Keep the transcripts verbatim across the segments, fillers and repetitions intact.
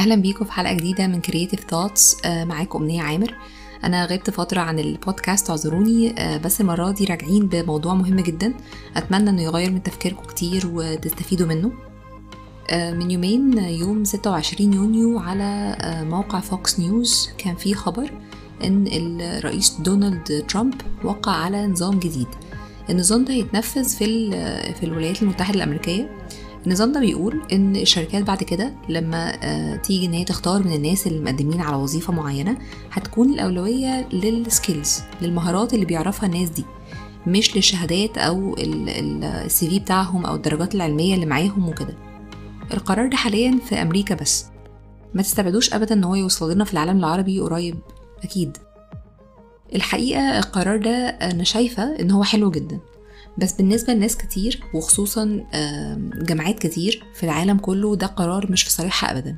اهلا بيكم في حلقه جديده من Creative Thoughts. معاكم أمنية عامر. انا غبت فتره عن البودكاست، اعذروني، بس المره دي راجعين بموضوع مهم جدا اتمنى انه يغير من تفكيركم كتير وتستفيدوا منه. من يومين يوم ستة وعشرين يونيو على موقع فوكس نيوز كان فيه خبر ان الرئيس دونالد ترامب وقع على نظام جديد. النظام ده هيتنفذ في في الولايات المتحده الامريكيه. النظام ده بيقول ان الشركات بعد كده لما تيجي ان هي تختار من الناس اللي مقدمين على وظيفه معينه هتكون الاولويه للسكيلز، للمهارات اللي بيعرفها الناس دي، مش للشهادات او السي في بتاعهم او الدرجات العلميه اللي معاهم وكده. القرار ده حاليا في امريكا بس، ما تستبعدوش ابدا ان هو يوصل لنا في العالم العربي قريب اكيد. الحقيقه القرار ده انا شايفه ان هو حلو جدا، بس بالنسبة لناس كتير وخصوصا جامعات كتير في العالم كله ده قرار مش في صالحها أبدا.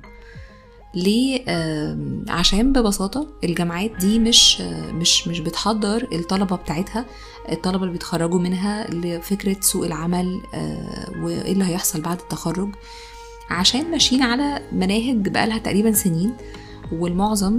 ليه؟ عشان ببساطة الجامعات دي مش مش مش بتحضر الطلبة بتاعتها، الطلبة اللي بيتخرجوا منها لفكرة سوق العمل وإيه اللي هيحصل بعد التخرج، عشان ماشيين على مناهج بقالها تقريبا سنين، والمعظم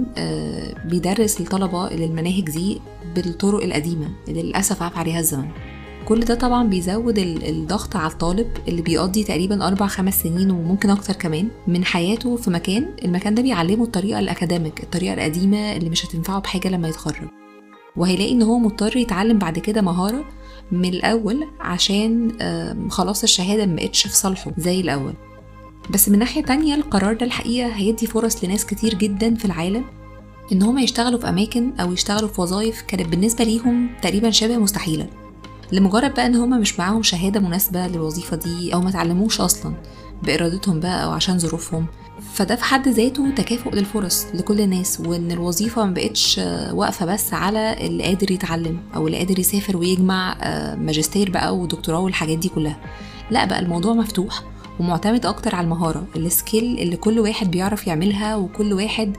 بيدرس الطلبة للمناهج دي بالطرق القديمة اللي للأسف عاف عليها الزمن. كل ده طبعا بيزود الضغط على الطالب اللي بيقضي تقريبا أربع خمس سنين وممكن أكتر كمان من حياته في مكان، المكان ده بيعلمه الطريقة الأكاديميك، الطريقة القديمة اللي مش هتنفعه بحاجة لما يتخرج، وهيلاقي إن هو مضطر يتعلم بعد كده مهارة من الأول عشان خلاص الشهادة مبقتش في صالحه زي الأول. بس من ناحية تانية القرار ده الحقيقة هيدي فرص لناس كتير جدا في العالم إن هم يشتغلوا في أماكن أو يشتغلوا في وظائف كانت بالنسبة ليهم تقريبا شبه مستحيلة، لمجرد بقى ان هما مش معاهم شهادة مناسبة للوظيفة دي او ما تعلموش اصلا بارادتهم بقى او عشان ظروفهم. فده في حد ذاته تكافؤ للفرص لكل الناس، وان الوظيفة ما بقتش واقفة بس على اللي قادر يتعلم او اللي قادر يسافر ويجمع ماجستير بقى ودكتوراه والحاجات دي كلها. لا، بقى الموضوع مفتوح ومعتمد اكتر على المهارة، السكيل اللي كل واحد بيعرف يعملها وكل واحد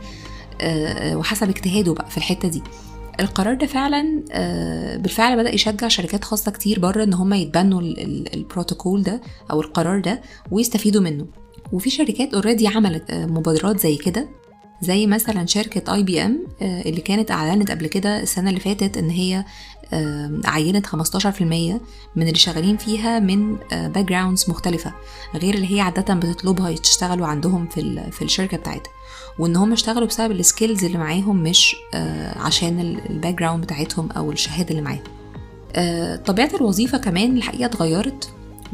وحسب اجتهاده بقى في الحتة دي. القرار ده فعلا بالفعل بدأ يشجع شركات خاصة كتير بره ان هم يتبنوا البروتوكول ده او القرار ده ويستفيدوا منه، وفي شركات اوريدي عملت مبادرات زي كده، زي مثلا شركة اي بي ام اللي كانت اعلنت قبل كده السنة اللي فاتت ان هي عينت خمستاشر في المية من اللي شغالين فيها من باك جراوندز مختلفة غير اللي هي عادة بتطلبها يشتغلوا عندهم في في الشركة بتاعتها، وان هم اشتغلوا بسبب السكيلز اللي معاهم مش عشان الباك جراوند بتاعتهم او الشهادة اللي معاهم. طبيعة الوظيفة كمان الحقيقة اتغيرت،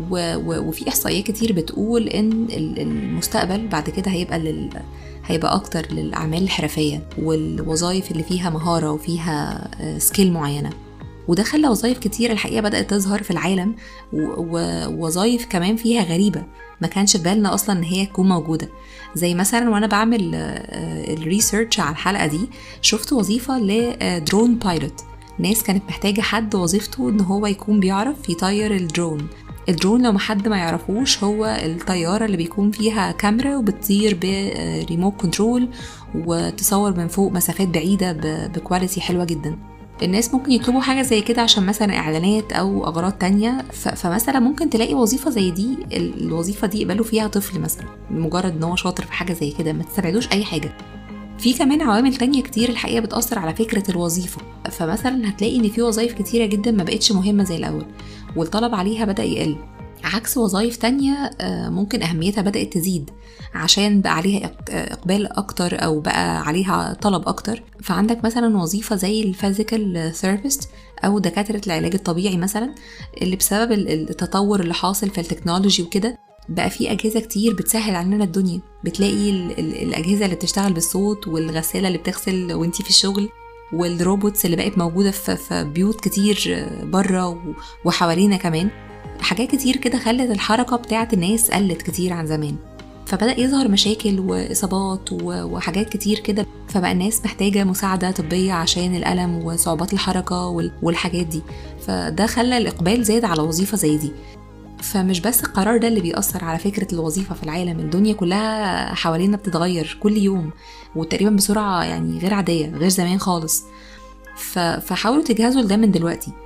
وفي احصائيات كتير بتقول ان المستقبل بعد كده هيبقى لل هيبقى اكتر للاعمال الحرفية والوظائف اللي فيها مهارة وفيها سكيل معينة، وده خلى وظائف كتير الحقيقة بدأت تظهر في العالم، ووظائف كمان فيها غريبة ما كانش في بالنا أصلا إن هي تكون موجودة. زي مثلا وأنا بعمل الريسيرش على الحلقة دي شفت وظيفة لدرون بايلوت، ناس كانت محتاجة حد وظيفته إن هو يكون بيعرف يطير الدرون. الدرون لو محد ما يعرفوش هو الطيارة اللي بيكون فيها كاميرا وبتطير بريموت كنترول وتصور من فوق مسافات بعيدة بكواليتي حلوة جدا. الناس ممكن يطلبوا حاجة زي كده عشان مثلا إعلانات أو أغراض تانية، فمثلا ممكن تلاقي وظيفة زي دي، الوظيفة دي يقبلوا فيها طفل مثلا مجرد إن هو شاطر في حاجة زي كده، ما تستبعدوش أي حاجة. في كمان عوامل تانية كتير الحقيقة بتأثر على فكرة الوظيفة، فمثلا هتلاقي إن في وظائف كتيرة جدا ما بقتش مهمة زي الأول والطلب عليها بدأ يقل، عكس وظائف تانية ممكن أهميتها بدأت تزيد عشان بقى عليها إقبال أكتر أو بقى عليها طلب أكتر. فعندك مثلا وظيفة زي الفيزيكال ثيرابيست أو دكاترة العلاج الطبيعي مثلا، اللي بسبب التطور اللي حاصل في التكنولوجي وكده بقى في أجهزة كتير بتسهل علينا الدنيا. بتلاقي الأجهزة اللي بتشتغل بالصوت، والغسالة اللي بتغسل وانتي في الشغل، والروبوتس اللي بقت موجودة في بيوت كتير بره وحوالينا كمان. حاجات كتير كده خلت الحركة بتاعت الناس قلت كتير عن زمان، فبدأ يظهر مشاكل وإصابات وحاجات كتير كده، فبقى الناس محتاجة مساعدة طبية عشان الألم وصعوبات الحركة والحاجات دي، فده خلى الإقبال زاد على وظيفة زي دي. فمش بس القرار ده اللي بيأثر على فكرة الوظيفة في العالم، الدنيا كلها حوالينا بتتغير كل يوم وتقريبا بسرعة يعني غير عادية، غير زمان خالص. فحاولوا تجهزوا لده من دلوقتي.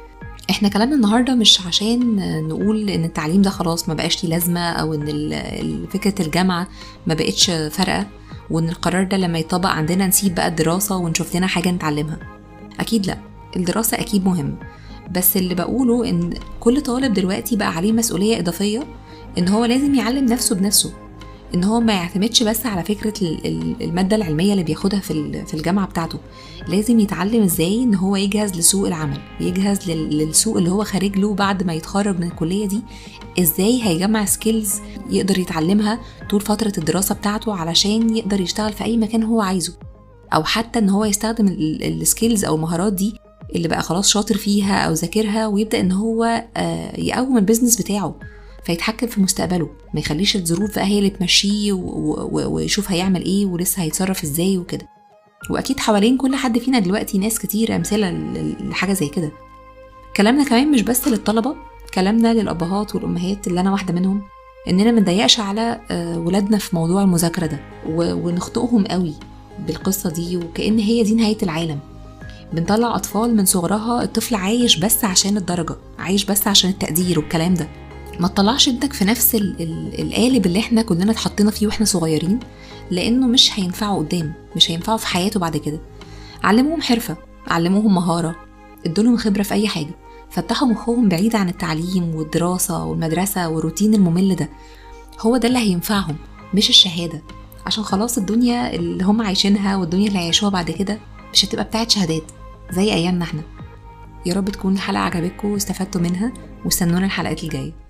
احنا كلامنا النهاردة مش عشان نقول ان التعليم ده خلاص ما بقاش ليه لازمة، او ان فكرة الجامعة ما بقتش فارقة، وان القرار ده لما يطبق عندنا نسيب بقى الدراسة ونشوف لنا حاجة نتعلمها. اكيد لا، الدراسة اكيد مهم، بس اللي بقوله ان كل طالب دلوقتي بقى عليه مسؤولية اضافية، ان هو لازم يعلم نفسه بنفسه، ان هو ما يعتمدش بس على فكرة المادة العلمية اللي بياخدها في الجامعة بتاعته. لازم يتعلم ازاي ان هو يجهز لسوق العمل، يجهز للسوق اللي هو خارج له بعد ما يتخرج من الكلية دي، ازاي هيجمع سكيلز يقدر يتعلمها طول فترة الدراسة بتاعته علشان يقدر يشتغل في اي مكان هو عايزه، او حتى ان هو يستخدم السكيلز او المهارات دي اللي بقى خلاص شاطر فيها او ذاكرها، ويبدأ ان هو يقوم البيزنس بتاعه، فيتحكم في مستقبله، ما يخليش الظروف بقى هي اللي تمشيه ويشوف هيعمل ايه ولسه هيتصرف ازاي وكده. واكيد حوالين كل حد فينا دلوقتي ناس كتير امثله لحاجه زي كده. كلامنا كمان مش بس للطلبه، كلامنا للابهات والامهات اللي انا واحده منهم، اننا ما نضيقش على ولادنا في موضوع المذاكره ده ونخطئهم قوي بالقصه دي، وكأن هي دي نهايه العالم. بنطلع اطفال من صغرها الطفل عايش بس عشان الدرجه، عايش بس عشان التقدير والكلام ده. ما تطلعش ابنك في نفس القالب اللي احنا كلنا اتحطينا فيه واحنا صغيرين، لانه مش هينفعه قدام، مش هينفعه في حياته بعد كده. علموهم حرفة، علموهم مهارة، ادولهم خبرة في اي حاجة، فتحوا مخهم بعيد عن التعليم والدراسة والمدرسة والروتين الممل ده. هو ده اللي هينفعهم، مش الشهادة، عشان خلاص الدنيا اللي هم عايشينها والدنيا اللي هيعيشوها بعد كده مش هتبقى بتاعت شهادات زي ايامنا احنا. يا رب تكون الحلقة عجبتكم واستفدتوا منها، واستنونا الحلقات الجاية.